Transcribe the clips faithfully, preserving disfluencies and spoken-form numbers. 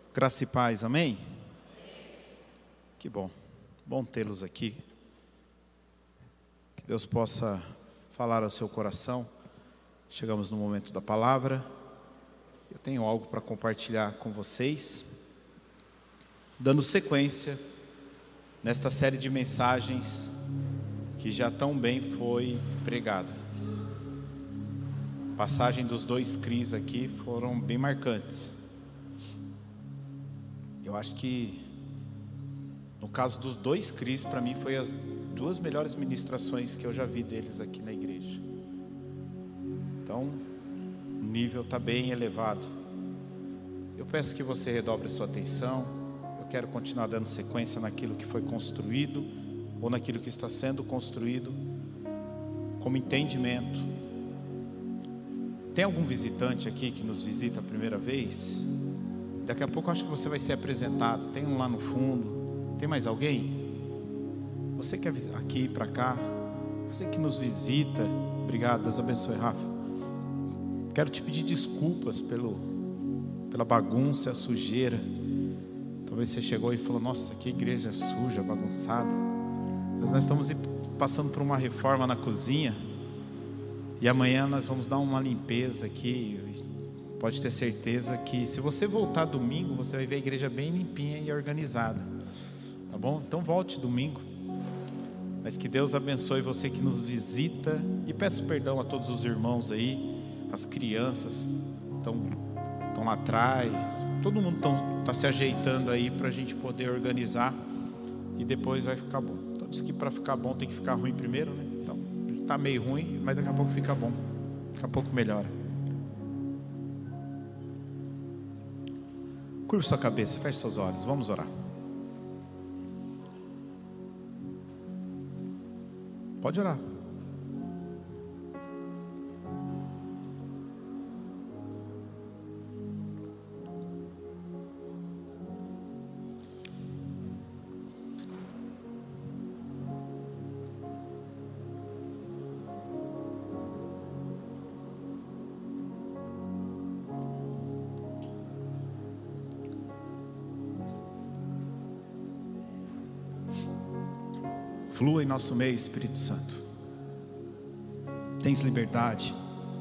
Graça e paz, amém? Que bom, bom tê-los aqui. Que Deus possa falar ao seu coração. Chegamos no momento da palavra. Eu tenho algo para compartilhar com vocês, dando sequência nesta série de mensagens que já tão bem foi pregada. A passagem dos dois Cris aqui foram bem marcantes. Eu acho que no caso dos dois Cris, para mim foi as duas melhores ministrações que eu já vi deles aqui na igreja. Então, o nível está bem elevado. Eu peço que você redobre a sua atenção. Eu quero continuar dando sequência naquilo que foi construído, ou naquilo que está sendo construído, como entendimento. Tem algum visitante aqui que nos visita a primeira vez? Daqui a pouco eu acho que você vai ser apresentado. Tem um lá no fundo. Tem mais alguém? Você que é aqui para cá, você que nos visita, obrigado, Deus abençoe, Rafa. Quero te pedir desculpas pelo, pela bagunça, a sujeira. Talvez você chegou e falou: nossa, que igreja suja, bagunçada. Mas nós estamos passando por uma reforma na cozinha, e amanhã nós vamos dar uma limpeza aqui. Pode ter certeza que se você voltar domingo, você vai ver a igreja bem limpinha e organizada. Tá bom? Então volte domingo. Mas que Deus abençoe você que nos visita. E peço perdão a todos os irmãos aí. As crianças estão, estão lá atrás. Todo mundo está se ajeitando aí para a gente poder organizar. E depois vai ficar bom. Então diz que para ficar bom tem que ficar ruim primeiro, né? Então está meio ruim, mas daqui a pouco fica bom. Daqui a pouco melhora. Curva sua cabeça, feche seus olhos, vamos orar. Pode orar. Flua em nosso meio, Espírito Santo. Tens liberdade.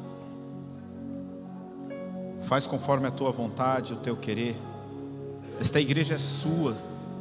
Faz conforme a tua vontade, o teu querer. Esta igreja é sua.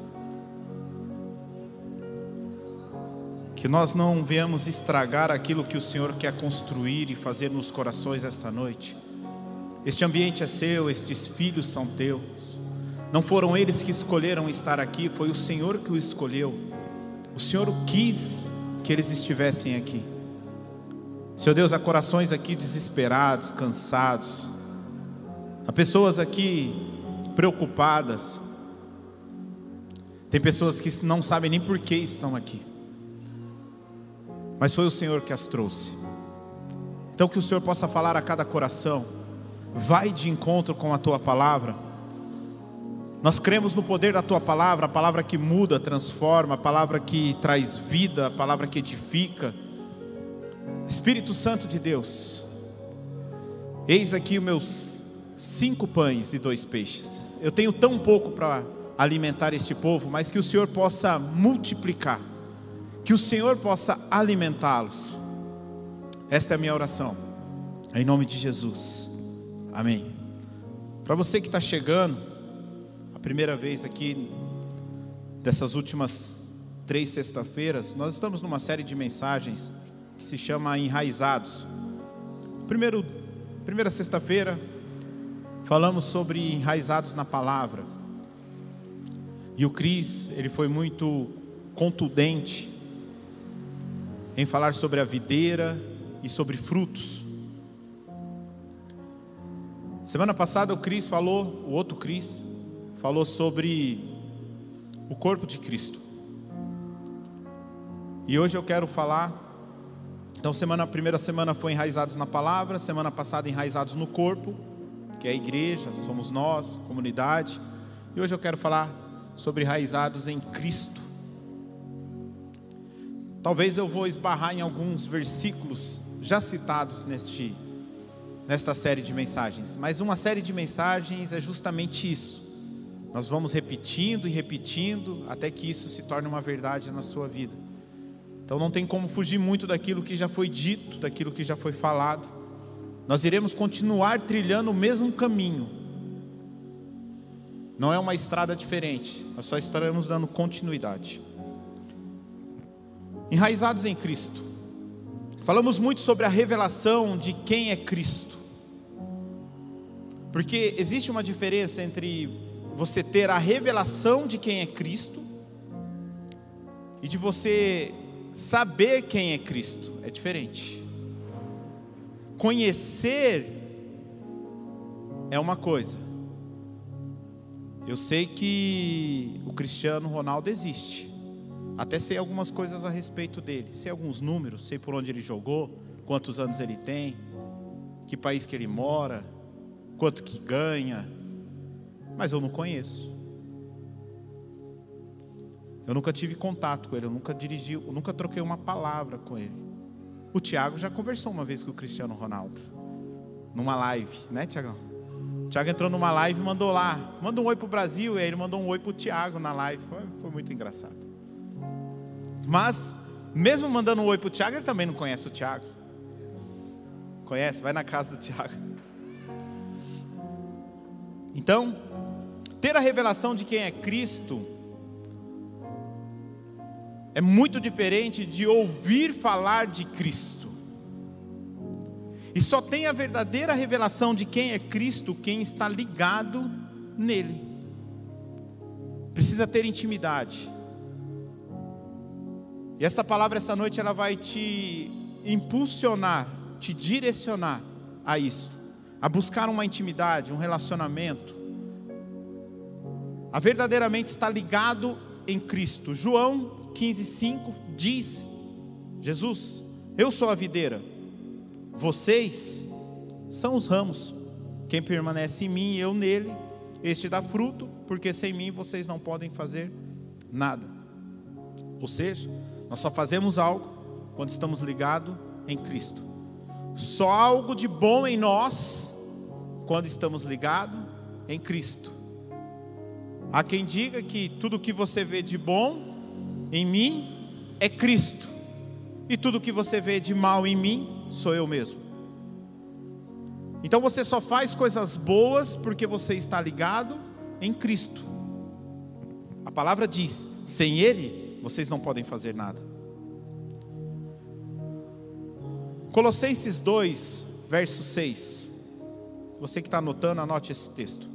Que nós não venhamos estragar aquilo que o Senhor quer construir e fazer nos corações esta noite. Este ambiente é seu, estes filhos são teus. Não foram eles que escolheram estar aqui, foi o Senhor que os escolheu. O Senhor quis que eles estivessem aqui. Senhor Deus, há corações aqui desesperados, cansados. Há pessoas aqui preocupadas. Tem pessoas que não sabem nem por que estão aqui. Mas foi o Senhor que as trouxe. Então que o Senhor possa falar a cada coração. Vai de encontro com a tua palavra. Nós cremos no poder da tua palavra, a palavra que muda, transforma, a palavra que traz vida, a palavra que edifica. Espírito Santo de Deus, eis aqui os meus cinco pães e dois peixes. Eu tenho tão pouco para alimentar este povo, mas que o Senhor possa multiplicar, que o Senhor possa alimentá-los. Esta é a minha oração, em nome de Jesus, amém. Para você que está chegando, a primeira vez aqui, dessas últimas três sexta-feiras, nós estamos numa série de mensagens que se chama Enraizados. Primeiro, primeira sexta-feira, falamos sobre enraizados na palavra. E o Cris, ele foi muito contundente em falar sobre a videira e sobre frutos. Semana passada o Cris falou, o outro Cris, falou sobre o corpo de Cristo. E hoje eu quero falar. Então semana, a primeira semana foi enraizados na palavra. Semana passada enraizados no corpo, que é a igreja, somos nós, comunidade. E hoje eu quero falar sobre enraizados em Cristo. Talvez eu vou esbarrar em alguns versículos já citados neste, nesta série de mensagens. Mas uma série de mensagens é justamente isso. Nós vamos repetindo e repetindo até que isso se torne uma verdade na sua vida. Então não tem como fugir muito daquilo que já foi dito, daquilo que já foi falado. Nós iremos continuar trilhando o mesmo caminho. Não é uma estrada diferente, nós só estaremos dando continuidade. Enraizados em Cristo. Falamos muito sobre a revelação de quem é Cristo. Porque existe uma diferença entre você ter a revelação de quem é Cristo e de você saber quem é Cristo. É diferente. Conhecer é uma coisa. Eu sei que o Cristiano Ronaldo existe. Até sei algumas coisas a respeito dele. Sei alguns números, sei por onde ele jogou, quantos anos ele tem, que país que ele mora, quanto que ganha. Mas eu não conheço. Eu nunca tive contato com ele, eu nunca dirigi, eu nunca troquei uma palavra com ele. O Tiago já conversou uma vez com o Cristiano Ronaldo, numa live, né, Tiagão? O Tiago entrou numa live e mandou lá, manda um oi pro Brasil, e aí ele mandou um oi pro Tiago na live, foi, foi muito engraçado. Mas, mesmo mandando um oi pro Tiago, ele também não conhece o Tiago. Conhece? Vai na casa do Tiago. Então, ter a revelação de quem é Cristo é muito diferente de ouvir falar de Cristo. E só tem a verdadeira revelação de quem é Cristo quem está ligado nele. Precisa ter intimidade. E essa palavra essa noite ela vai te impulsionar, te direcionar a isso, a buscar uma intimidade, um relacionamento, a verdadeiramente estar ligado em Cristo. João quinze, cinco diz, Jesus, eu sou a videira, vocês são os ramos, quem permanece em mim e eu nele, este dá fruto, porque sem mim vocês não podem fazer nada. Ou seja, nós só fazemos algo quando estamos ligados em Cristo. Só algo de bom em nós quando estamos ligados em Cristo. Há quem diga que tudo que você vê de bom em mim é Cristo, e tudo que você vê de mal em mim sou eu mesmo. Então você só faz coisas boas porque você está ligado em Cristo. A palavra diz, sem Ele vocês não podem fazer nada. Colossenses dois, verso seis. Você que está anotando, anote esse texto.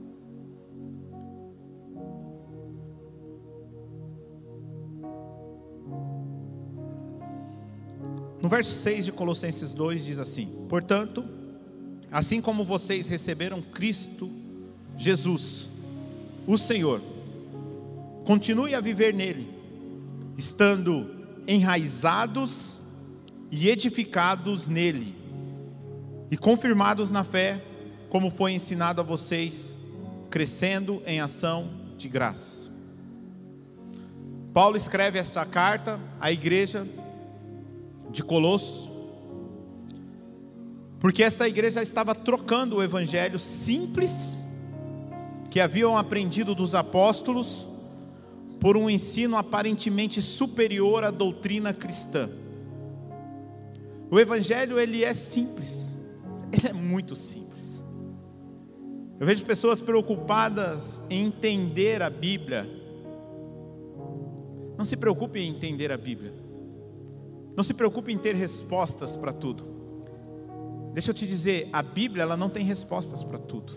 No verso seis de Colossenses dois diz assim: portanto, assim como vocês receberam Cristo Jesus, o Senhor, continue a viver nele, estando enraizados e edificados nele, e confirmados na fé, como foi ensinado a vocês, crescendo em ação de graça. Paulo escreve esta carta à igreja de Colossos, porque essa igreja estava trocando o evangelho simples, que haviam aprendido dos apóstolos, por um ensino aparentemente superior à doutrina cristã. O evangelho ele é simples, ele é muito simples. Eu vejo pessoas preocupadas em entender a Bíblia. Não se preocupe em entender a Bíblia. Não se preocupe em ter respostas para tudo. Deixa eu te dizer, a Bíblia ela não tem respostas para tudo.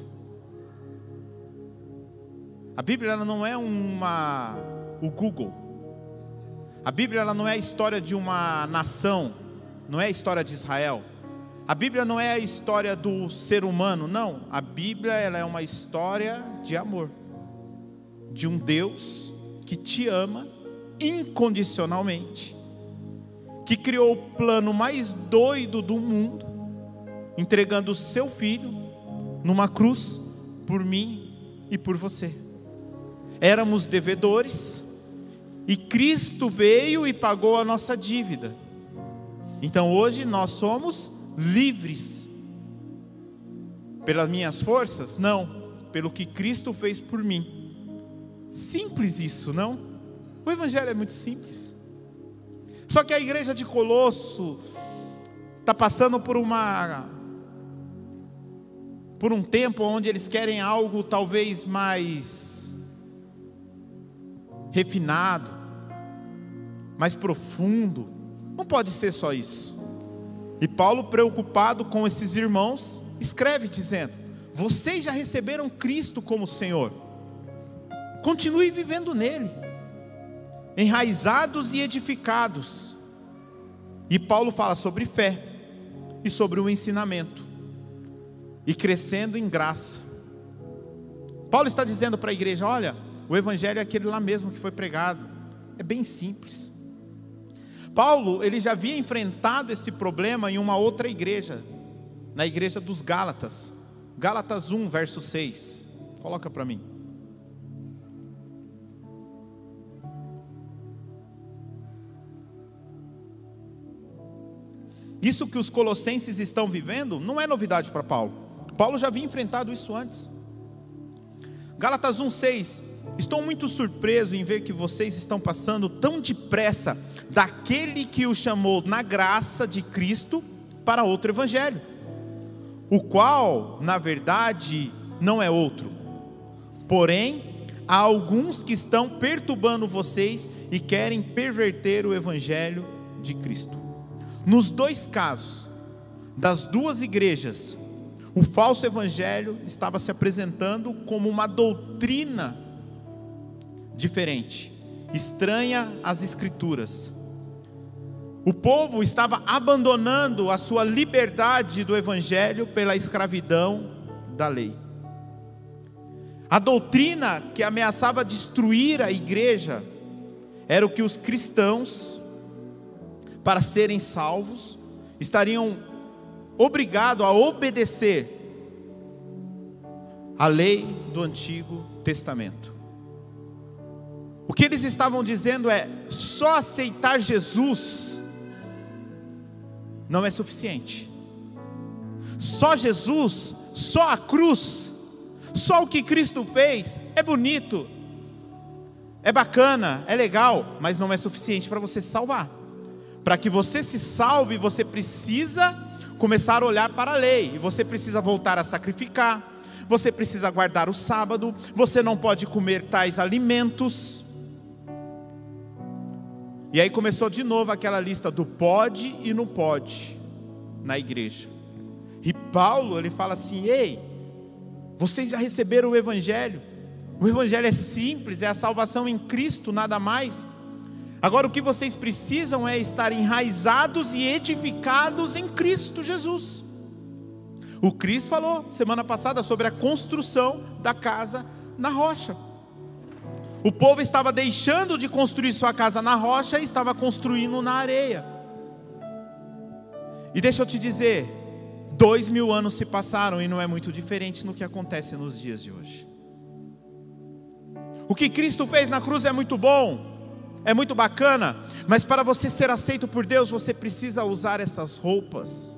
A Bíblia ela não é uma, o Google. A Bíblia ela não é a história de uma nação, não é a história de Israel. A Bíblia não é a história do ser humano, não. A Bíblia ela é uma história de amor, de um Deus que te ama incondicionalmente, que criou o plano mais doido do mundo, entregando o seu filho numa cruz por mim e por você. Éramos devedores e Cristo veio e pagou a nossa dívida. Então hoje nós somos livres. Pelas minhas forças? Não, pelo que Cristo fez por mim. Simples isso, não? O evangelho é muito simples. Só que a igreja de Colosso está passando por uma por um tempo onde eles querem algo talvez mais refinado, mais profundo. Não pode ser só isso. E Paulo, preocupado com esses irmãos, escreve dizendo: vocês já receberam Cristo como Senhor, continue vivendo nele, enraizados e edificados. E Paulo fala sobre fé e sobre o ensinamento, e crescendo em graça. Paulo está dizendo para a igreja: olha, o evangelho é aquele lá mesmo que foi pregado, é bem simples. Paulo, ele já havia enfrentado esse problema em uma outra igreja, na igreja dos Gálatas. Gálatas um, verso seis, coloca para mim. Isso que os colossenses estão vivendo não é novidade para Paulo. Paulo já havia enfrentado isso antes. Gálatas um, seis. Estou muito surpreso em ver que vocês estão passando tão depressa daquele que o chamou na graça de Cristo para outro evangelho, o qual, na verdade, não é outro. Porém, há alguns que estão perturbando vocês e querem perverter o evangelho de Cristo. Nos dois casos, das duas igrejas, o falso evangelho estava se apresentando como uma doutrina diferente, estranha às escrituras. O povo estava abandonando a sua liberdade do evangelho pela escravidão da lei. A doutrina que ameaçava destruir a igreja era o que os cristãos, para serem salvos, estariam obrigados a obedecer a lei do Antigo Testamento. O que eles estavam dizendo é: só aceitar Jesus não é suficiente. Só Jesus, só a cruz, só o que Cristo fez é bonito, é bacana, é legal, mas não é suficiente para você se salvar. Para que você se salve, você precisa começar a olhar para a lei, e você precisa voltar a sacrificar, você precisa guardar o sábado, você não pode comer tais alimentos. E aí começou de novo aquela lista do pode e não pode na igreja. E Paulo, ele fala assim: ei, vocês já receberam o evangelho, o evangelho é simples, é a salvação em Cristo, nada mais. Agora o que vocês precisam é estar enraizados e edificados em Cristo Jesus. O Cris falou semana passada sobre a construção da casa na rocha. O povo estava deixando de construir sua casa na rocha e estava construindo na areia. E deixa eu te dizer, dois mil anos se passaram e não é muito diferente no que acontece nos dias de hoje. O que Cristo fez na cruz é muito bom, é muito bacana, mas para você ser aceito por Deus, você precisa usar essas roupas.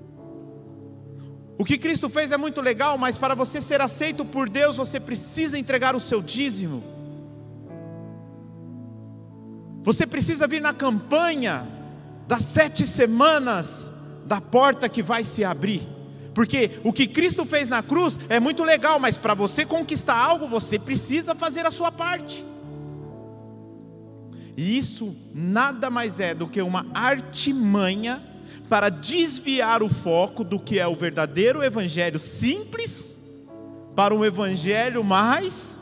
O que Cristo fez é muito legal, mas para você ser aceito por Deus, você precisa entregar o seu dízimo. Você precisa vir na campanha das sete semanas da porta que vai se abrir. Porque o que Cristo fez na cruz é muito legal, mas para você conquistar algo, você precisa fazer a sua parte. E isso nada mais é do que uma artimanha para desviar o foco do que é o verdadeiro evangelho simples para um evangelho mais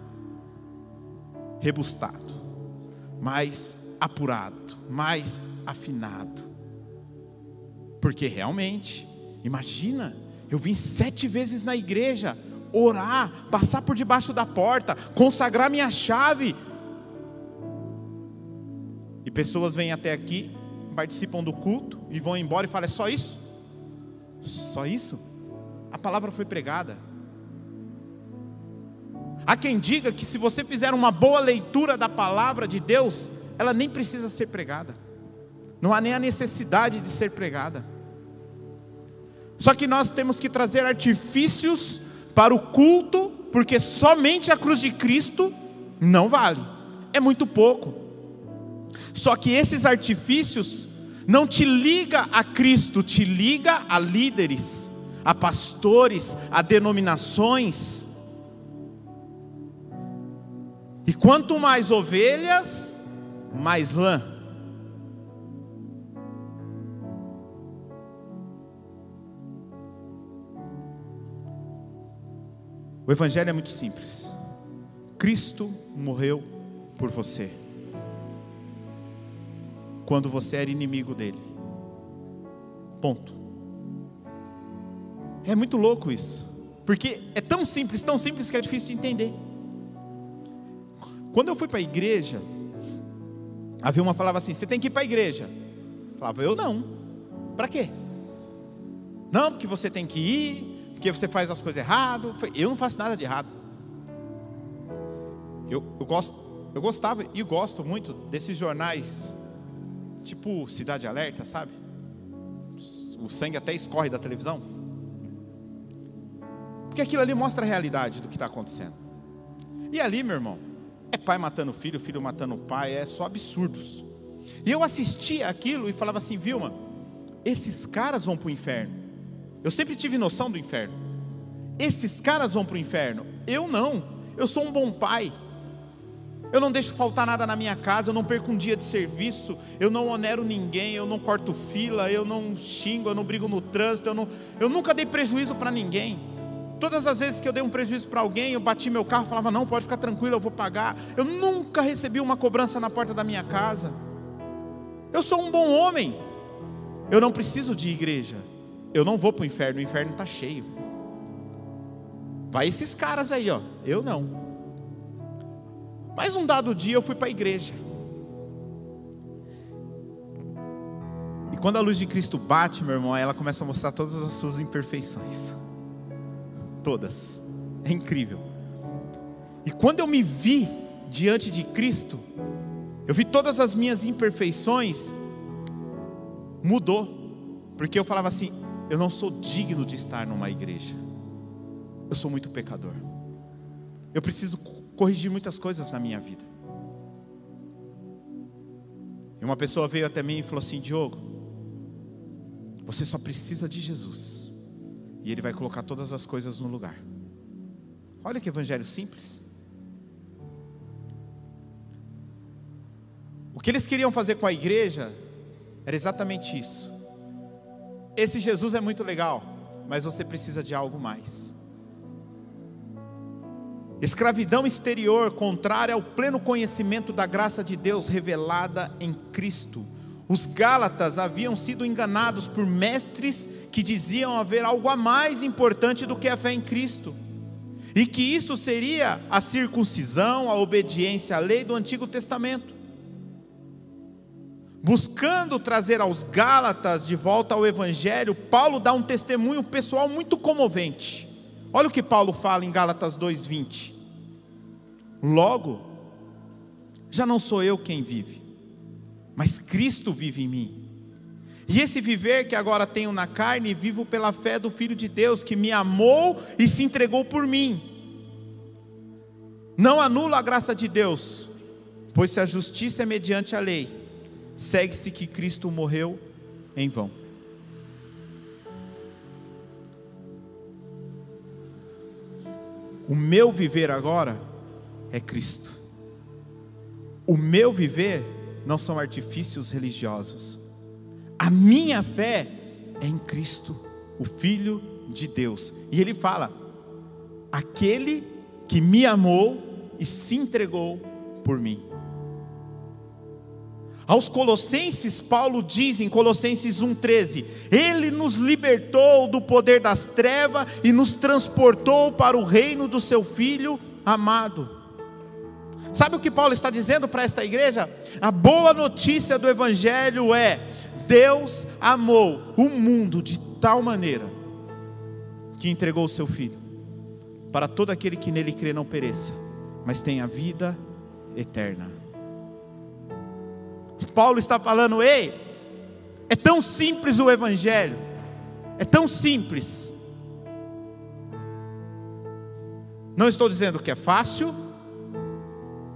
rebuscado, mais apurado, mais afinado. Porque realmente, imagina, eu vim sete vezes na igreja, orar, passar por debaixo da porta, consagrar minha chave, e pessoas vêm até aqui, participam do culto e vão embora e falam: é só isso? Só isso? A palavra foi pregada. Há quem diga que se você fizer uma boa leitura da palavra de Deus, ela nem precisa ser pregada, não há nem a necessidade de ser pregada. Só que nós temos que trazer artifícios para o culto, porque somente a cruz de Cristo Não vale, é muito pouco. Só que esses artifícios não te liga a Cristo, te liga a líderes, a pastores, a denominações. E quanto mais ovelhas, mais lã. O evangelho é muito simples. Cristo morreu por você quando você era inimigo dele. Ponto. É muito louco isso, porque é tão simples, tão simples que é difícil de entender. Quando eu fui para a igreja, havia uma falava assim: você tem que ir para a igreja. Eu falava, eu não. Para quê? Não, porque você tem que ir, porque você faz as coisas errado. Eu não faço nada de errado. Eu, eu, gosto, eu gostava e gosto muito desses jornais, tipo Cidade Alerta, sabe? O sangue até escorre da televisão. Porque aquilo ali mostra a realidade do que está acontecendo. E ali, meu irmão, é pai matando filho, filho matando pai, é só absurdos. E eu assistia aquilo e falava assim: Vilma, esses caras vão para o inferno. Eu sempre tive noção do inferno. Esses caras vão para o inferno. Eu não, eu sou um bom pai. Eu não deixo faltar nada na minha casa, eu não perco um dia de serviço, eu não onero ninguém, eu não corto fila, eu não xingo, eu não brigo no trânsito, eu, não, eu nunca dei prejuízo para ninguém. Todas as vezes que eu dei um prejuízo para alguém, eu bati meu carro, falava: não, pode ficar tranquilo, eu vou pagar. Eu nunca recebi uma cobrança na porta da minha casa. Eu sou um bom homem. Eu não preciso de igreja. Eu não vou para o inferno, o inferno está cheio. Vai esses caras aí, ó. Eu não. Mas um dado dia eu fui para a igreja. E quando a luz de Cristo bate, meu irmão, ela começa a mostrar todas as suas imperfeições. Todas. É incrível. E quando eu me vi diante de Cristo, eu vi todas as minhas imperfeições, mudou. Porque eu falava assim: eu não sou digno de estar numa igreja. Eu sou muito pecador. Eu preciso corrigir muitas coisas na minha vida. E uma pessoa veio até mim e falou assim: Diogo, você só precisa de Jesus, e Ele vai colocar todas as coisas no lugar. Olha que evangelho simples. O que eles queriam fazer com a igreja era exatamente isso. Esse Jesus é muito legal, mas você precisa de algo mais. Escravidão exterior, contrária ao pleno conhecimento da graça de Deus revelada em Cristo. Os Gálatas haviam sido enganados por mestres que diziam haver algo a mais importante do que a fé em Cristo, e que isso seria a circuncisão, a obediência à lei do Antigo Testamento. Buscando trazer aos Gálatas de volta ao Evangelho, Paulo dá um testemunho pessoal muito comovente. Olha o que Paulo fala em Gálatas dois, vinte. Logo, já não sou eu quem vive, mas Cristo vive em mim. E esse viver que agora tenho na carne, vivo pela fé do Filho de Deus, que me amou e se entregou por mim. Não anula a graça de Deus, pois se a justiça é mediante a lei, segue-se que Cristo morreu em vão. O meu viver agora é Cristo. O meu viver não são artifícios religiosos. A minha fé é em Cristo, o Filho de Deus. E ele fala: aquele que me amou e se entregou por mim. Aos Colossenses, Paulo diz em Colossenses um, treze: Ele nos libertou do poder das trevas e nos transportou para o reino do seu Filho amado. Sabe o que Paulo está dizendo para esta igreja? A boa notícia do Evangelho é: Deus amou o mundo de tal maneira que entregou o seu Filho, para todo aquele que nele crê não pereça, mas tenha vida eterna. Paulo está falando: ei, é tão simples o Evangelho, é tão simples. Não estou dizendo que é fácil,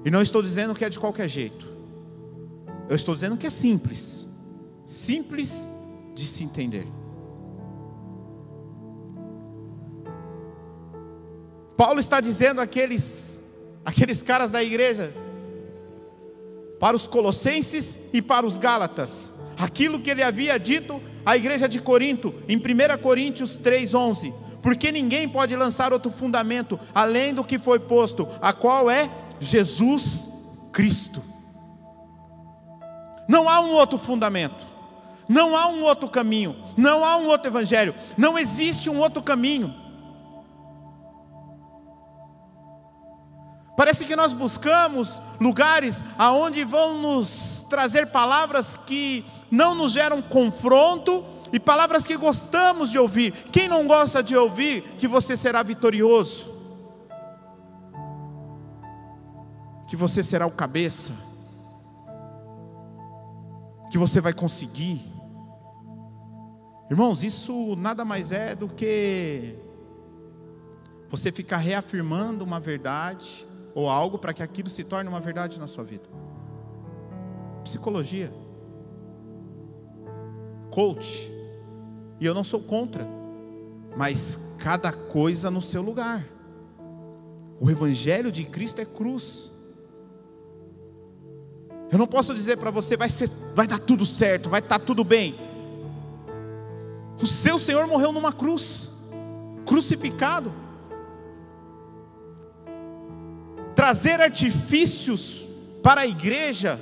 E não estou dizendo que é de qualquer jeito. Eu estou dizendo que é simples. Simples de se entender. Paulo está dizendo àqueles, àqueles caras da igreja, para os colossenses e para os gálatas, aquilo que ele havia dito à igreja de Corinto, em primeira Coríntios três, onze. Porque ninguém pode lançar outro fundamento, além do que foi posto, a qual é Jesus Cristo. Não há um outro fundamento, não há um outro caminho, não há um outro evangelho, não existe um outro caminho. Parece que nós buscamos lugares aonde vão nos trazer palavras que não nos geram confronto e palavras que gostamos de ouvir. Quem não gosta de ouvir que você será vitorioso, que você será o cabeça, que você vai conseguir? Irmãos, isso nada mais é do que você ficar reafirmando uma verdade ou algo para que aquilo se torne uma verdade na sua vida. Psicologia, coach, e eu não sou contra, mas cada coisa no seu lugar. O evangelho de Cristo é cruz. Eu não posso dizer para você, vai ser, vai dar tudo certo, vai estar tudo bem. O seu Senhor morreu numa cruz, crucificado. Trazer artifícios para a igreja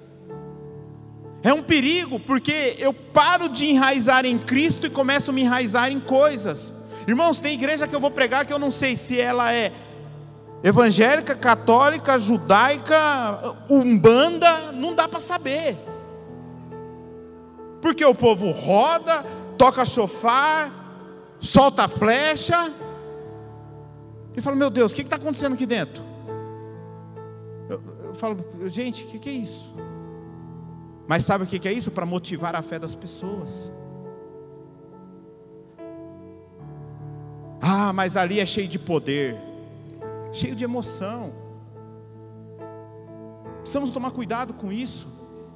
é um perigo, porque eu paro de enraizar em Cristo e começo a me enraizar em coisas. Irmãos, tem igreja que eu vou pregar que eu não sei se ela é evangélica, católica, judaica, umbanda, não dá para saber. Porque o povo roda, toca chofar, solta flecha, e fala, meu Deus, o que está acontecendo aqui dentro? Eu, eu falo, gente, o que, que é isso? Mas sabe o que, que é isso? Para motivar a fé das pessoas. Ah, mas ali é cheio de poder, cheio de emoção. Precisamos tomar cuidado com isso.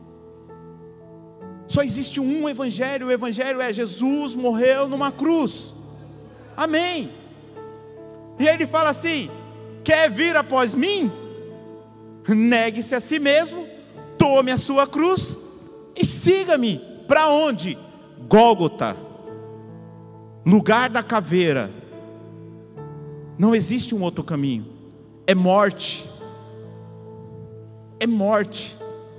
Só existe um evangelho, o evangelho é Jesus morreu numa cruz. Amém. E aí ele fala assim, quer vir após mim? Negue-se a si mesmo, tome a sua cruz e siga-me. Para onde? Gólgota, lugar da caveira. Não existe um outro caminho, é morte, é morte.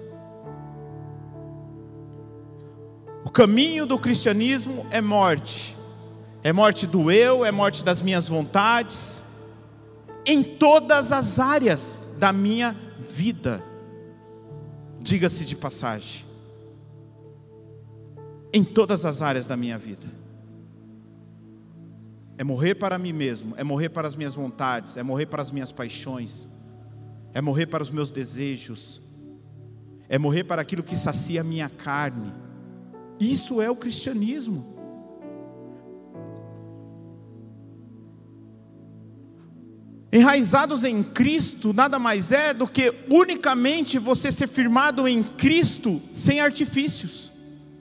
O caminho do cristianismo é morte, é morte do eu, é morte das minhas vontades, em todas as áreas da minha vida, diga-se de passagem, em todas as áreas da minha vida. É morrer para mim mesmo, é morrer para as minhas vontades, é morrer para as minhas paixões, é morrer para os meus desejos, é morrer para aquilo que sacia a minha carne. Isso é o cristianismo. Enraizados em Cristo nada mais é do que unicamente você ser firmado em Cristo sem artifícios,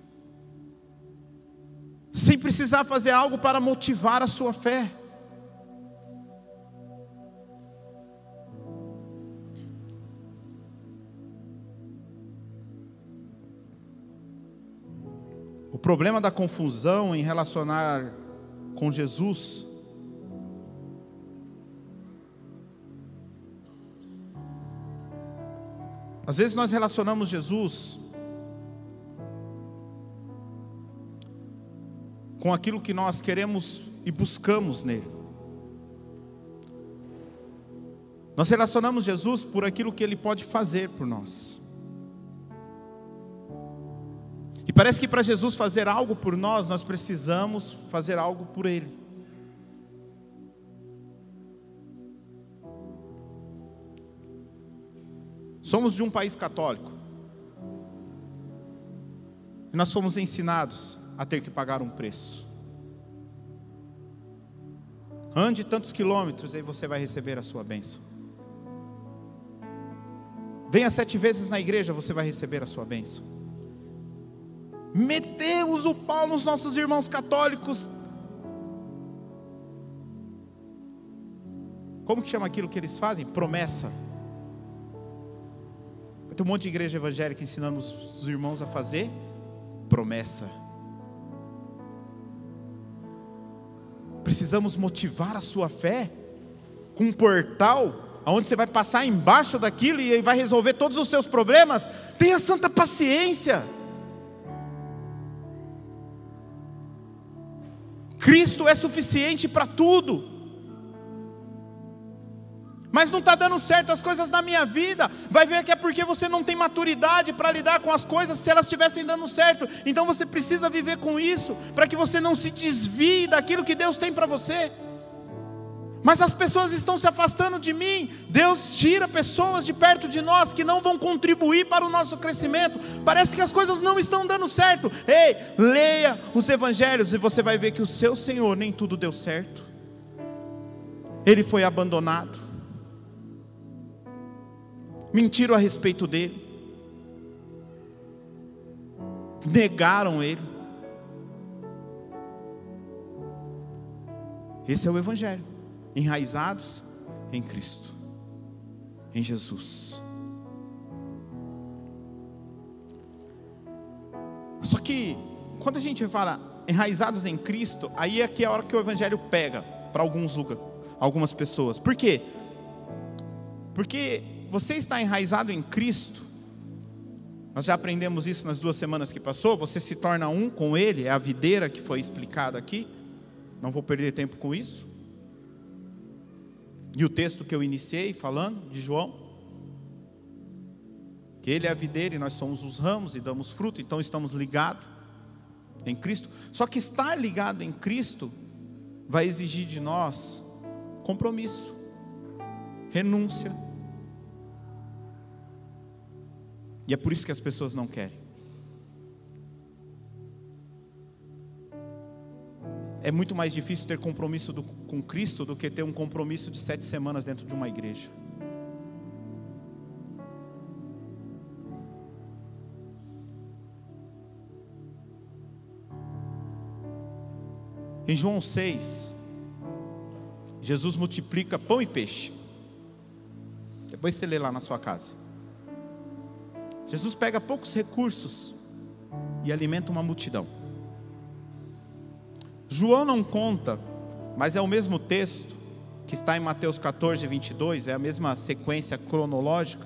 sem precisar fazer algo para motivar a sua fé. O problema da confusão em relacionar com Jesus às vezes nós relacionamos Jesus com aquilo que nós queremos e buscamos nele. Nós relacionamos Jesus por aquilo que ele pode fazer por nós. E parece que para Jesus fazer algo por nós, nós precisamos fazer algo por ele. Somos de um país católico. E nós fomos ensinados a ter que pagar um preço. Ande tantos quilômetros e aí você vai receber a sua bênção. Venha sete vezes na igreja, você vai receber a sua bênção. Metemos o pau nos nossos irmãos católicos. Como que chama aquilo que eles fazem? Promessa. Tem um monte de igreja evangélica ensinando os irmãos a fazer promessa. Precisamos motivar a sua fé com um portal onde você vai passar embaixo daquilo e vai resolver todos os seus problemas. Tenha santa paciência. Cristo é suficiente para tudo. Mas não está dando certo as coisas na minha vida. Vai ver que é porque você não tem maturidade para lidar com as coisas se elas estivessem dando certo. Então você precisa viver com isso, para que você não se desvie daquilo que Deus tem para você. Mas as pessoas estão se afastando de mim. Deus tira pessoas de perto de nós que não vão contribuir para o nosso crescimento. Parece que as coisas não estão dando certo. Ei, leia os evangelhos e você vai ver que o seu Senhor nem tudo deu certo. Ele foi abandonado. Mentiram a respeito dele. Negaram ele. Esse é o evangelho. Enraizados em Cristo, em Jesus. Só que quando a gente fala enraizados em Cristo, aí é que é a hora que o evangelho pega para alguns lugares, algumas pessoas. Por quê? Porque você está enraizado em Cristo. Nós já aprendemos isso nas duas semanas que passou. Você se torna um com Ele, é a videira que foi explicada aqui. Não vou perder tempo com isso. E o texto que eu iniciei falando, de João, que Ele é a videira e nós somos os ramos e damos fruto, então estamos ligados em Cristo. Só que estar ligado em Cristo vai exigir de nós compromisso, renúncia. E é por isso que as pessoas não querem. É muito mais difícil ter compromisso do, com Cristo do que ter um compromisso de sete semanas dentro de uma igreja. Em João seis, Jesus multiplica pão e peixe. Depois você lê lá na sua casa. Jesus pega poucos recursos e alimenta uma multidão. João não conta, mas é o mesmo texto que está em Mateus catorze, vinte e dois, é a mesma sequência cronológica.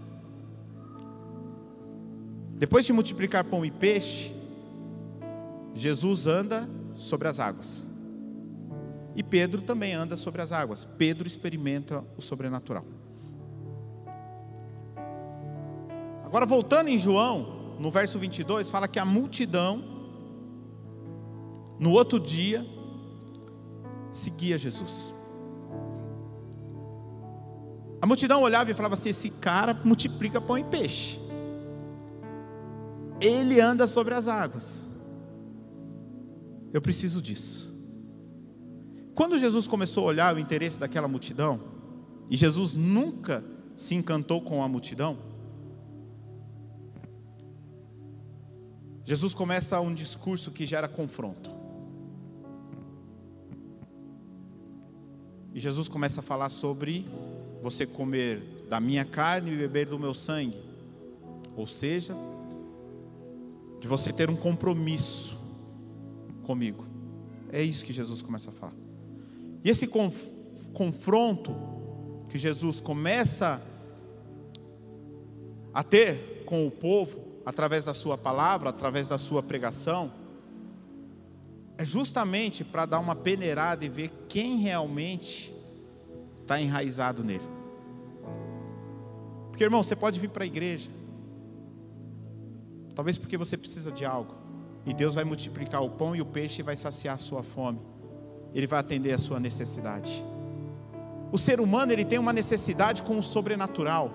Depois de multiplicar pão e peixe, Jesus anda sobre as águas. E Pedro também anda sobre as águas. Pedro experimenta o sobrenatural. Agora voltando em João, no verso vinte e dois, fala que a multidão, no outro dia, seguia Jesus. A multidão olhava e falava assim: esse cara multiplica pão e peixe. Ele anda sobre as águas. Eu preciso disso. Quando Jesus começou a olhar o interesse daquela multidão, e Jesus nunca se encantou com a multidão, Jesus começa um discurso que gera confronto. E Jesus começa a falar sobre você comer da minha carne e beber do meu sangue. Ou seja, de você ter um compromisso comigo. É isso que Jesus começa a falar. E esse conf- confronto que Jesus começa a ter com o povo, através da sua palavra, através da sua pregação, é justamente para dar uma peneirada e ver quem realmente está enraizado nele. Porque, irmão, você pode vir para a igreja, talvez porque você precisa de algo, e Deus vai multiplicar o pão e o peixe e vai saciar a sua fome. Ele vai atender a sua necessidade. O ser humano, ele tem uma necessidade com o sobrenatural.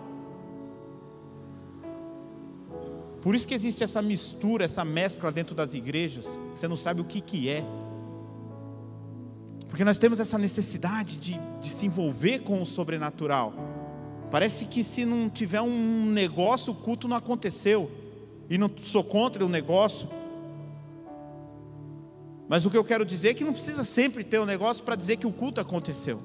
Por isso que existe essa mistura, essa mescla dentro das igrejas. Você não sabe o que que é. Porque nós temos essa necessidade de, de se envolver com o sobrenatural. Parece que se não tiver um negócio, o culto não aconteceu. E não sou contra o negócio. Mas o que eu quero dizer é que não precisa sempre ter um negócio para dizer que o culto aconteceu.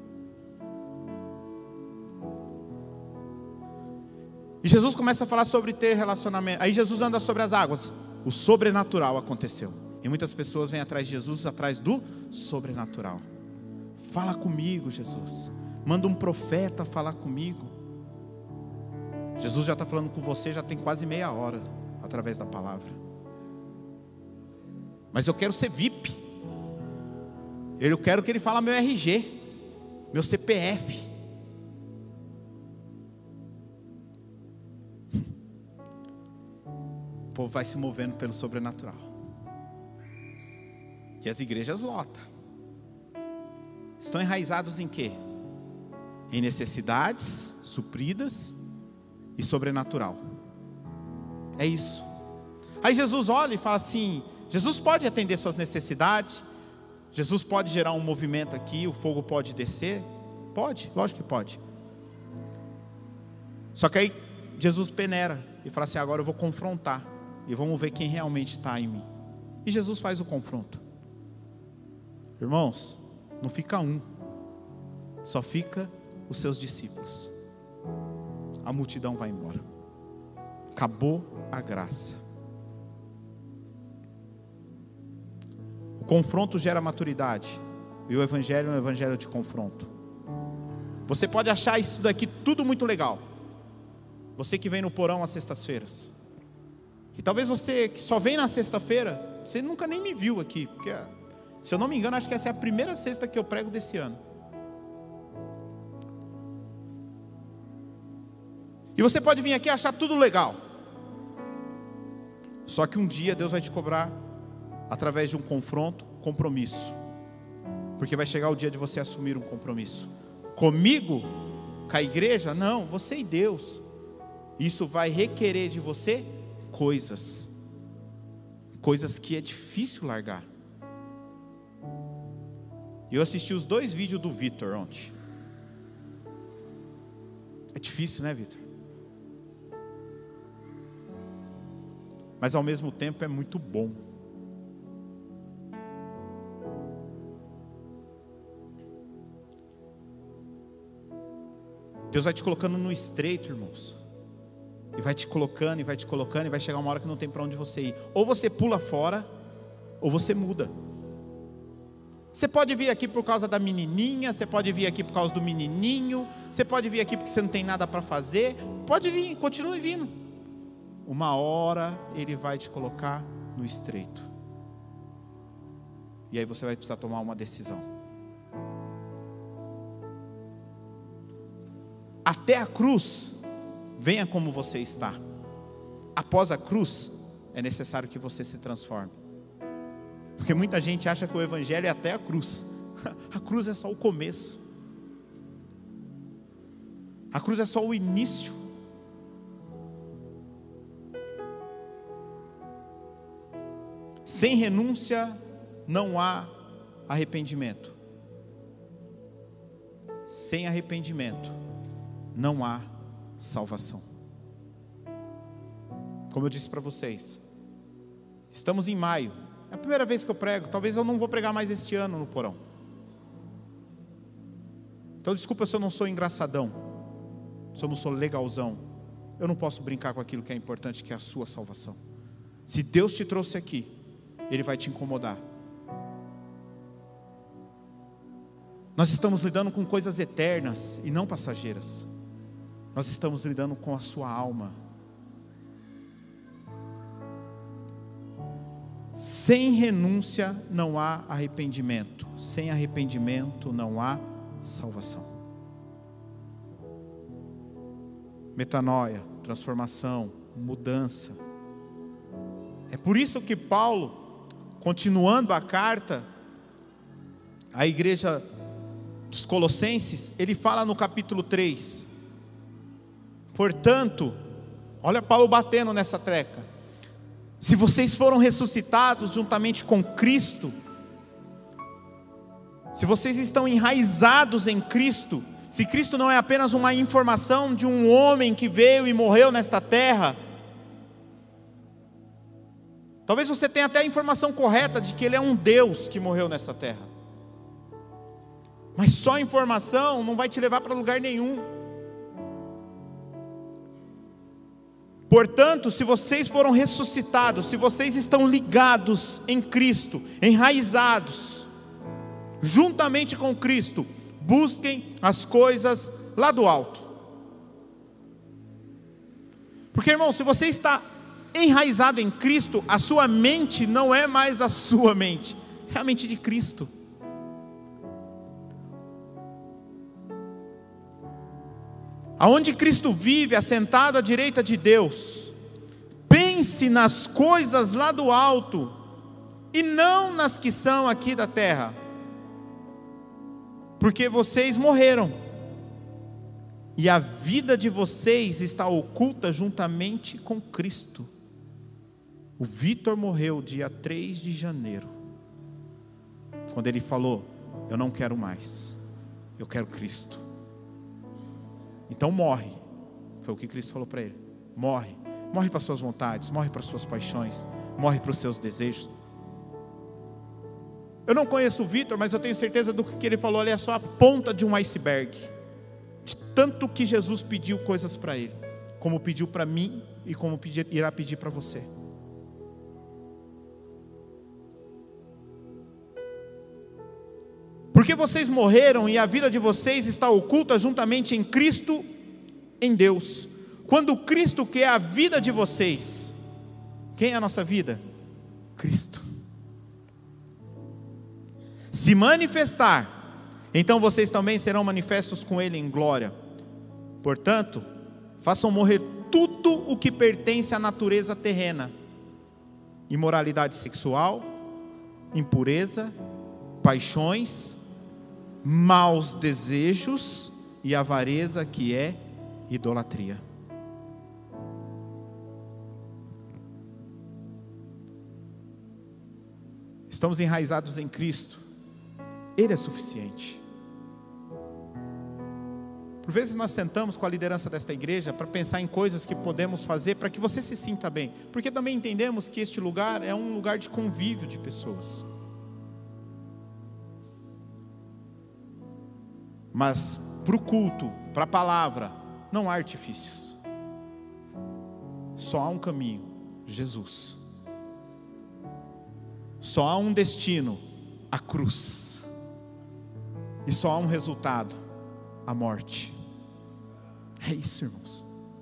E Jesus começa a falar sobre ter relacionamento. Aí Jesus anda sobre as águas. O sobrenatural aconteceu. E muitas pessoas vêm atrás de Jesus, atrás do sobrenatural. Fala comigo, Jesus. Manda um profeta falar comigo. Jesus já está falando com você, já tem quase meia hora, através da palavra. Mas eu quero ser V I P. Eu quero que ele fale meu R G, meu C P F. O povo vai se movendo pelo sobrenatural. Que as igrejas lotam. Estão enraizados em quê? Em necessidades supridas e sobrenatural. É isso. Aí Jesus olha e fala assim: Jesus pode atender suas necessidades, Jesus pode gerar um movimento aqui, o fogo pode descer. Pode, lógico que pode. Só que aí Jesus peneira e fala assim: agora eu vou confrontar, e vamos ver quem realmente está em mim. E Jesus faz o confronto. Irmãos, não fica um, só fica os seus discípulos. A multidão vai embora. Acabou a graça. O confronto gera maturidade. E o evangelho é um evangelho de confronto. Você pode achar isso daqui tudo muito legal. Você que vem no porão às sextas-feiras. E talvez você que só vem na sexta-feira, você nunca nem me viu aqui. Porque, se eu não me engano, acho que essa é a primeira sexta que eu prego desse ano. E você pode vir aqui e achar tudo legal. Só que um dia Deus vai te cobrar, através de um confronto, compromisso. Porque vai chegar o dia de você assumir um compromisso. Comigo? Com a igreja? Não, você e Deus. Isso vai requerer de você coisas. Coisas que é difícil largar. Eu assisti os dois vídeos do Vitor ontem. É difícil, né, Vitor? Mas ao mesmo tempo é muito bom. Deus vai te colocando no estreito, irmãos. E vai te colocando, e vai te colocando, e vai chegar uma hora que não tem para onde você ir. Ou você pula fora, ou você muda. Você pode vir aqui por causa da menininha, você pode vir aqui por causa do menininho, você pode vir aqui porque você não tem nada para fazer. Pode vir, continue vindo. Uma hora Ele vai te colocar no estreito. E aí você vai precisar tomar uma decisão. Até a cruz, venha como você está. Após a cruz, é necessário que você se transforme. Porque muita gente acha que o evangelho é até a cruz. A cruz é só o começo. A cruz é só o início. Sem renúncia não há arrependimento. Sem arrependimento não há salvação. Como eu disse para vocês, estamos em maio. É a primeira vez que eu prego. Talvez eu não vou pregar mais este ano no porão. Então desculpa se eu não sou engraçadão, se eu não sou legalzão. Eu não posso brincar com aquilo que é importante, que é a sua salvação. Se Deus te trouxe aqui, Ele vai te incomodar. Nós estamos lidando com coisas eternas e não passageiras. Nós estamos lidando com a sua alma. Sem renúncia não há arrependimento. Sem arrependimento não há salvação. Metanoia, transformação, mudança. É por isso que Paulo, continuando a carta à igreja dos Colossenses, ele fala no capítulo três. Portanto, olha Paulo batendo nessa treca. Se vocês foram ressuscitados juntamente com Cristo, se vocês estão enraizados em Cristo, se Cristo não é apenas uma informação de um homem que veio e morreu nesta terra, talvez você tenha até a informação correta de que Ele é um Deus que morreu nessa terra, mas só a informação não vai te levar para lugar nenhum. Portanto, se vocês foram ressuscitados, se vocês estão ligados em Cristo, enraizados, juntamente com Cristo, busquem as coisas lá do alto. Porque, irmão, se você está enraizado em Cristo, a sua mente não é mais a sua mente, é a mente de Cristo. Aonde Cristo vive, assentado à direita de Deus, pense nas coisas lá do alto, e não nas que são aqui da terra, porque vocês morreram, e a vida de vocês está oculta juntamente com Cristo. O Vitor morreu dia três de janeiro, quando ele falou: eu não quero mais, eu quero Cristo. Então morre, foi o que Cristo falou para ele: morre, morre para as suas vontades, morre para as suas paixões, morre para os seus desejos. Eu não conheço o Vitor, mas eu tenho certeza do que ele falou ali é só a ponta de um iceberg, de tanto que Jesus pediu coisas para ele, como pediu para mim e como pedir, irá pedir para você. Porque vocês morreram e a vida de vocês está oculta juntamente em Cristo, em Deus. Quando Cristo quer a vida de vocês, quem é a nossa vida? Cristo. Se manifestar, então vocês também serão manifestos com Ele em glória. Portanto, façam morrer tudo o que pertence à natureza terrena: imoralidade sexual, impureza, paixões, maus desejos e avareza, que é idolatria. Estamos enraizados em Cristo, Ele é suficiente. Por vezes nós sentamos com a liderança desta igreja para pensar em coisas que podemos fazer para que você se sinta bem, porque também entendemos que este lugar é um lugar de convívio de pessoas. Mas para o culto, para a palavra, não há artifícios. Só há um caminho: Jesus. Só há um destino: a cruz. E só há um resultado: a morte. É isso, irmãos.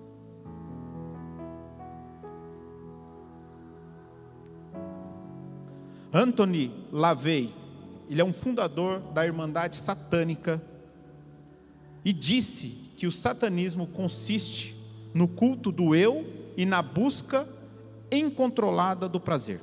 Anthony LaVey, ele é um fundador da Irmandade Satânica, e disse que o satanismo consiste no culto do eu e na busca incontrolada do prazer.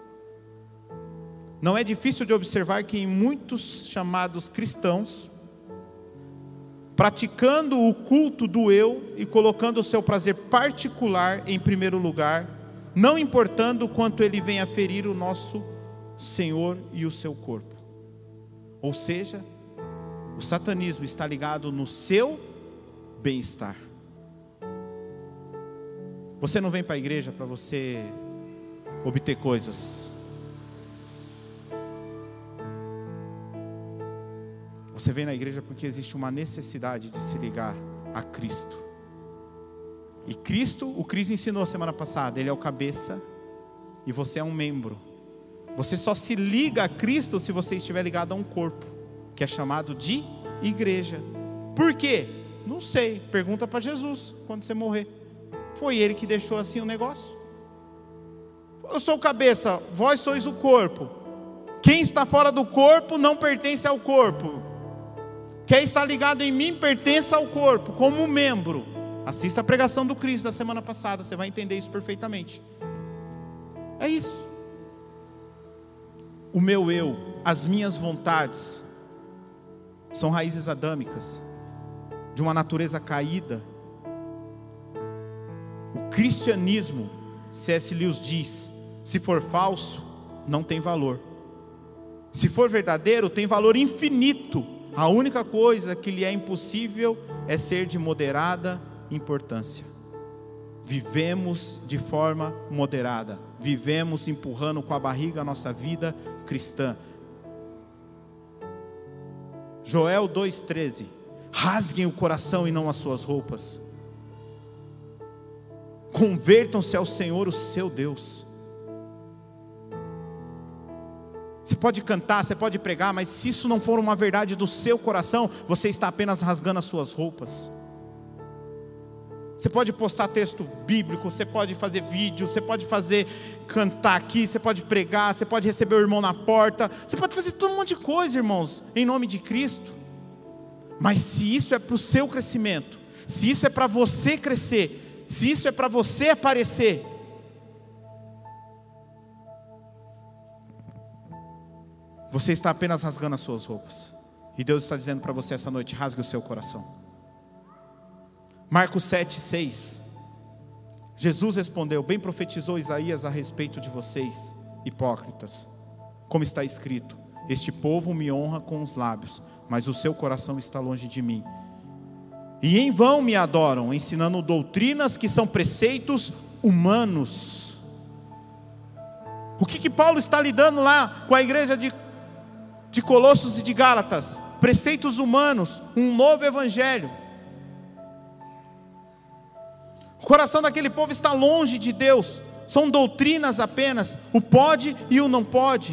Não é difícil de observar que em muitos chamados cristãos, praticando o culto do eu e colocando o seu prazer particular em primeiro lugar, não importando o quanto ele venha ferir o nosso Senhor e o seu corpo. Ou seja, o satanismo está ligado no seu bem-estar. Você não vem para a igreja para você obter coisas. Você vem na igreja porque existe uma necessidade de se ligar a Cristo. E Cristo, o Cris ensinou semana passada, Ele é o cabeça e você é um membro. Você só se liga a Cristo se você estiver ligado a um corpo, que é chamado de igreja. Por quê? Não sei, pergunta para Jesus quando você morrer. Foi Ele que deixou assim o negócio. Eu sou o cabeça, vós sois o corpo. Quem está fora do corpo não pertence ao corpo. Quem está ligado em mim pertence ao corpo, como membro. Assista a pregação do Cristo da semana passada, você vai entender isso perfeitamente. É isso. O meu eu, as minhas vontades, são raízes adâmicas, de uma natureza caída. O cristianismo, C S Lewis diz, se for falso, não tem valor. Se for verdadeiro, tem valor infinito, a única coisa que lhe é impossível é ser de moderada importância. Vivemos de forma moderada, vivemos empurrando com a barriga a nossa vida cristã. Joel dois, treze, rasguem o coração e não as suas roupas, convertam-se ao Senhor o seu Deus. Você pode cantar, você pode pregar, mas se isso não for uma verdade do seu coração, você está apenas rasgando as suas roupas. Você pode postar texto bíblico, você pode fazer vídeo, você pode fazer, cantar aqui, você pode pregar, você pode receber o irmão na porta, você pode fazer todo um monte de coisa, irmãos, em nome de Cristo. Mas se isso é para o seu crescimento, se isso é para você crescer, se isso é para você aparecer, você está apenas rasgando as suas roupas. E Deus está dizendo para você essa noite: rasgue o seu coração. Marcos sete, seis. Jesus respondeu: bem profetizou Isaías a respeito de vocês, hipócritas. Como está escrito: este povo me honra com os lábios, mas o seu coração está longe de mim. E em vão me adoram, ensinando doutrinas que são preceitos humanos. O que que Paulo está lidando lá com a igreja de, de Colossos e de Gálatas? Preceitos humanos, um novo evangelho. O coração daquele povo está longe de Deus, são doutrinas apenas, o pode e o não pode.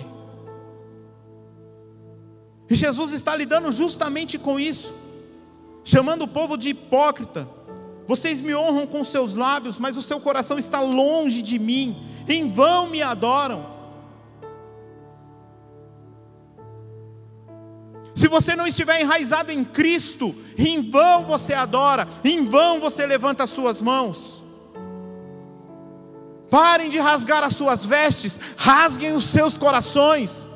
E Jesus está lidando justamente com isso, chamando o povo de hipócrita. Vocês me honram com seus lábios, mas o seu coração está longe de mim, em vão me adoram. Se você não estiver enraizado em Cristo, em vão você adora, em vão você levanta as suas mãos. Parem de rasgar as suas vestes, rasguem os seus corações.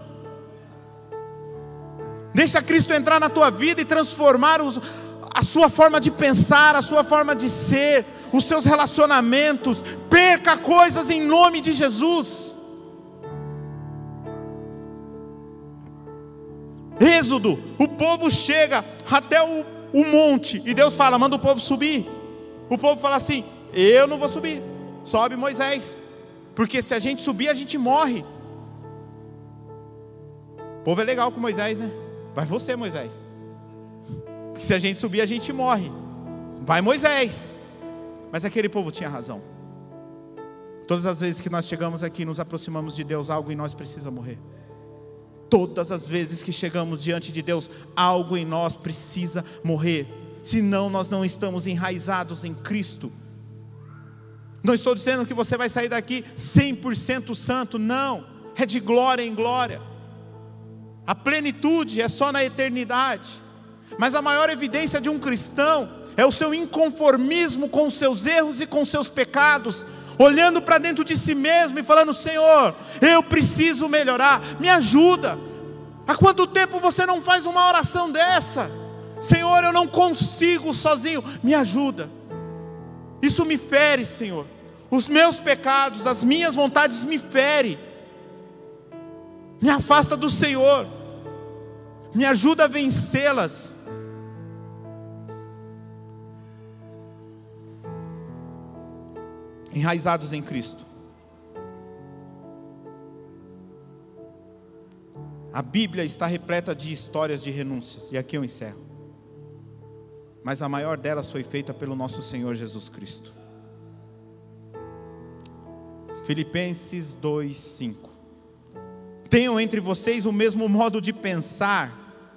Deixa Cristo entrar na tua vida e transformar os, a sua forma de pensar, a sua forma de ser, os seus relacionamentos. Perca coisas em nome de Jesus. Êxodo, o povo chega até o, o monte, e Deus fala: manda o povo subir. O povo fala assim: eu não vou subir, sobe Moisés, porque se a gente subir a gente morre. O povo é legal com Moisés, né? Vai você, Moisés, porque se a gente subir a gente morre. Vai Moisés. Mas aquele povo tinha razão. Todas as vezes que nós chegamos aqui, nos aproximamos de Deus, algo em nós precisa morrer. Todas as vezes que chegamos diante de Deus, algo em nós precisa morrer, senão nós não estamos enraizados em Cristo. Não estou dizendo que você vai sair daqui cem por cento santo, não, é de glória em glória. A plenitude é só na eternidade. Mas a maior evidência de um cristão é o seu inconformismo com os seus erros e com os seus pecados, olhando para dentro de si mesmo e falando: Senhor, eu preciso melhorar, me ajuda. Há quanto tempo você não faz uma oração dessa? Senhor, eu não consigo sozinho, me ajuda. Isso me fere, Senhor. Os meus pecados, as minhas vontades me ferem. Me afasta do Senhor, me ajuda a vencê-las. Enraizados em Cristo. A Bíblia está repleta de histórias de renúncias, e aqui eu encerro. Mas a maior delas foi feita pelo nosso Senhor Jesus Cristo. Filipenses dois, cinco. Tenham entre vocês o mesmo modo de pensar.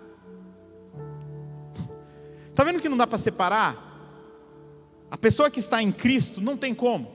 Está vendo que não dá para separar? A pessoa que está em Cristo não tem como.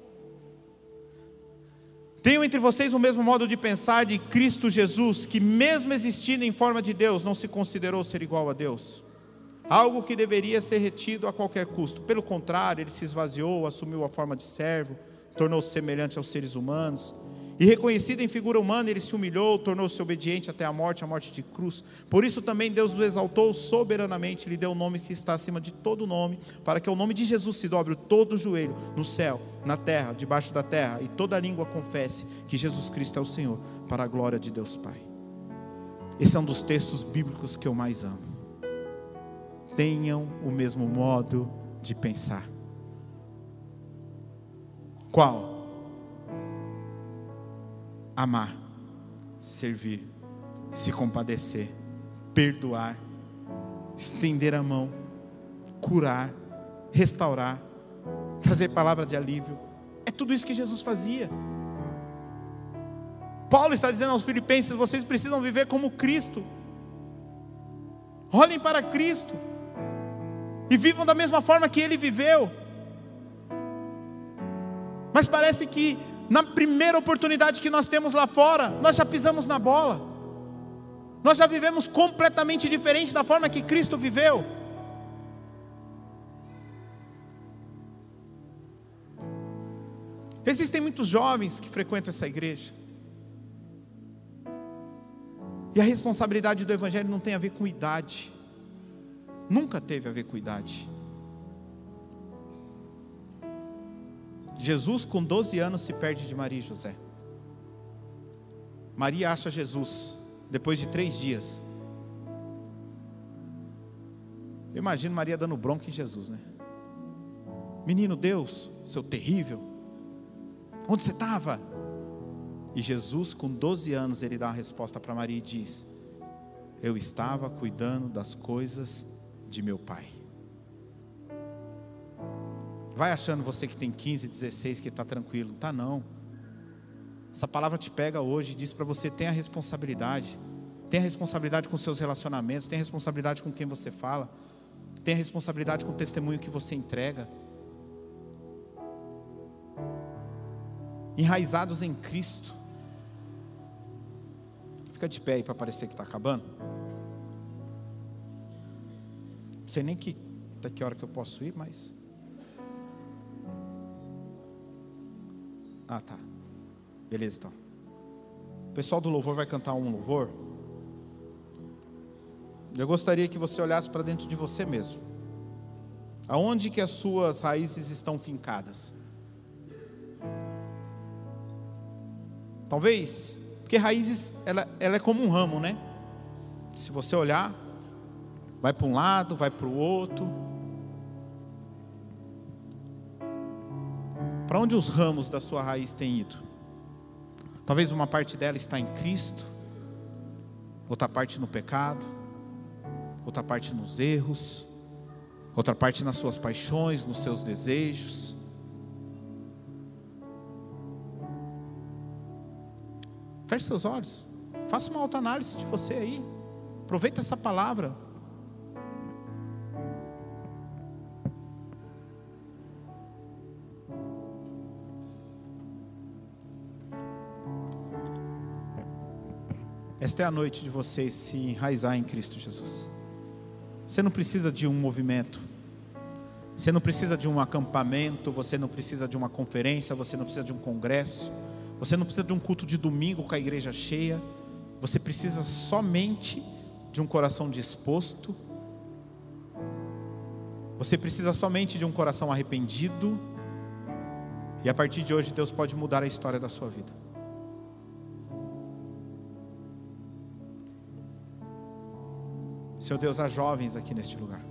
Tenham entre vocês o mesmo modo de pensar de Cristo Jesus, que mesmo existindo em forma de Deus, não se considerou ser igual a Deus, algo que deveria ser retido a qualquer custo. Pelo contrário, ele se esvaziou, assumiu a forma de servo, tornou-se semelhante aos seres humanos, e reconhecido em figura humana, ele se humilhou, tornou-se obediente até a morte, a morte de cruz. Por isso também Deus o exaltou soberanamente, lhe deu o nome que está acima de todo nome, para que o nome de Jesus se dobre todo o joelho, no céu, na terra, debaixo da terra, e toda língua confesse que Jesus Cristo é o Senhor, para a glória de Deus Pai. Esse é um dos textos bíblicos que eu mais amo. tenham o mesmo modo de pensar. Qual? Amar, servir, se compadecer, perdoar, estender a mão, curar, restaurar, trazer palavra de alívio. É tudo isso que Jesus fazia. Paulo está dizendo aos filipenses: vocês precisam viver como Cristo. Olhem para Cristo e vivam da mesma forma que Ele viveu. Mas parece que na primeira oportunidade que nós temos lá fora, nós já pisamos na bola. Nós já vivemos completamente diferente da forma que Cristo viveu. Existem muitos jovens que frequentam essa igreja. E a responsabilidade do Evangelho não tem a ver com idade. Nunca teve a ver com idade. Jesus com doze anos se perde de Maria e José. Maria acha Jesus depois de três dias. Eu imagino Maria dando bronca em Jesus, né? Menino Deus, seu terrível, onde você estava? E Jesus com doze anos, ele dá uma resposta para Maria e diz: eu estava cuidando das coisas de meu pai. Vai achando você que tem quinze, dezesseis, que está tranquilo. Não está não. Essa palavra te pega hoje e diz para você: tenha responsabilidade. Tenha responsabilidade com seus relacionamentos, tenha responsabilidade com quem você fala, tenha responsabilidade com o testemunho que você entrega. Enraizados em Cristo. Fica de pé aí para parecer que está acabando. Não sei nem que, daqui a hora que eu posso ir, mas... Ah, tá. Beleza, então. O pessoal do louvor vai cantar um louvor. Eu gostaria que você olhasse para dentro de você mesmo. Aonde que as suas raízes estão fincadas? Talvez, porque raízes, ela, ela é como um ramo, né? Se você olhar, vai para um lado, vai para o outro. Para onde os ramos da sua raiz têm ido? Talvez uma parte dela está em Cristo, outra parte no pecado, outra parte nos erros, outra parte nas suas paixões, nos seus desejos. Feche seus olhos, faça uma autoanálise de você aí, aproveita essa palavra. Esta é a noite de você se enraizar em Cristo Jesus. Você não precisa de um movimento, você não precisa de um acampamento, você não precisa de uma conferência, você não precisa de um congresso, você não precisa de um culto de domingo com a igreja cheia. Você precisa somente de um coração disposto. Você precisa somente de um coração arrependido. E a partir de hoje Deus pode mudar a história da sua vida. Senhor Deus, há jovens aqui neste lugar.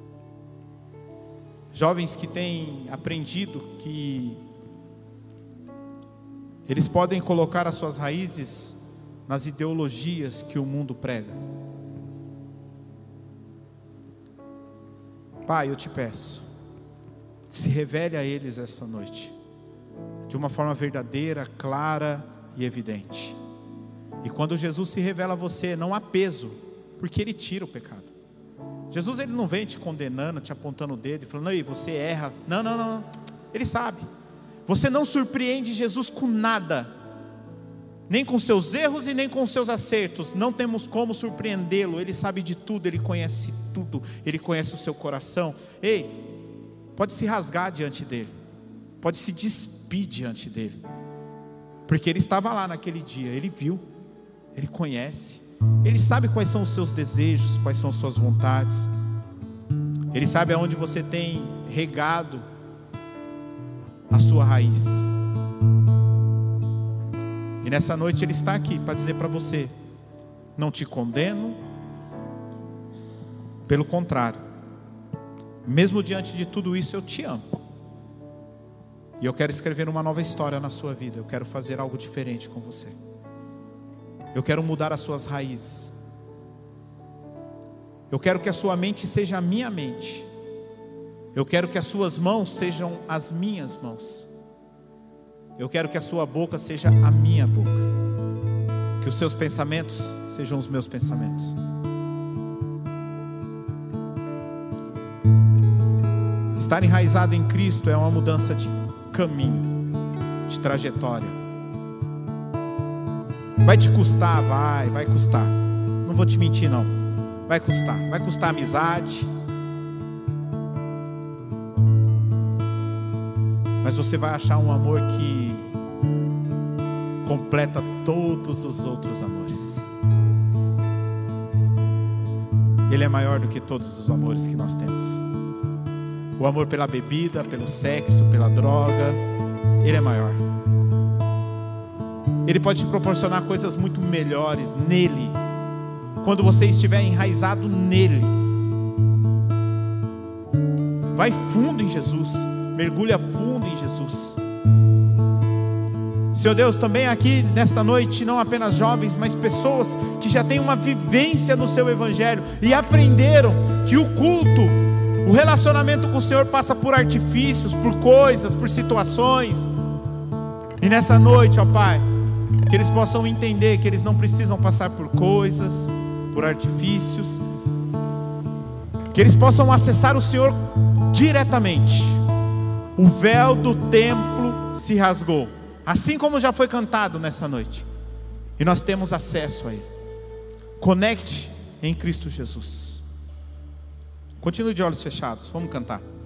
Jovens que têm aprendido que eles podem colocar as suas raízes nas ideologias que o mundo prega. Pai, eu te peço, se revele a eles essa noite, de uma forma verdadeira, clara e evidente. E quando Jesus se revela a você, não há peso, porque Ele tira o pecado. Jesus, Ele não vem te condenando, te apontando o dedo e falando: ei, você erra. Não, não, não, Ele sabe. Você não surpreende Jesus com nada, nem com seus erros e nem com seus acertos. Não temos como surpreendê-lo. Ele sabe de tudo, Ele conhece tudo, Ele conhece o seu coração. Ei, pode se rasgar diante dEle, pode se despir diante dEle, porque Ele estava lá naquele dia, Ele viu, Ele conhece, Ele sabe quais são os seus desejos, quais são as suas vontades. Ele sabe aonde você tem regado a sua raiz. E nessa noite Ele está aqui para dizer para você: não te condeno, pelo contrário, Mesmo diante de tudo isso, eu te amo. E eu quero escrever uma nova história na sua vida. Eu quero fazer algo diferente com você. Eu quero mudar as suas raízes. Eu quero que a sua mente seja a minha mente. Eu quero que as suas mãos sejam as minhas mãos. Eu quero que a sua boca seja a minha boca. Que os seus pensamentos sejam os meus pensamentos. Estar enraizado em Cristo é uma mudança de caminho, de trajetória. Vai te custar, vai, vai custar. Não vou te mentir não. Vai custar, vai custar amizade. Mas você vai achar um amor que completa todos os outros amores. Ele é maior do que todos os amores que nós temos. O amor pela bebida, pelo sexo, pela droga, ele é maior. Ele pode te proporcionar coisas muito melhores nele, quando você estiver enraizado nele. Vai fundo em Jesus, mergulha fundo em Jesus. Senhor Deus, também aqui nesta noite, não apenas jovens, mas pessoas que já têm uma vivência no seu evangelho e aprenderam que o culto, o relacionamento com o Senhor passa por artifícios, por coisas, por situações. E nessa noite, ó Pai, que eles possam entender que eles não precisam passar por coisas, por artifícios, que eles possam acessar o Senhor diretamente. O véu do templo se rasgou, assim como já foi cantado nessa noite, e nós temos acesso a Ele. Conecte em Cristo Jesus. Continue de olhos fechados, vamos cantar.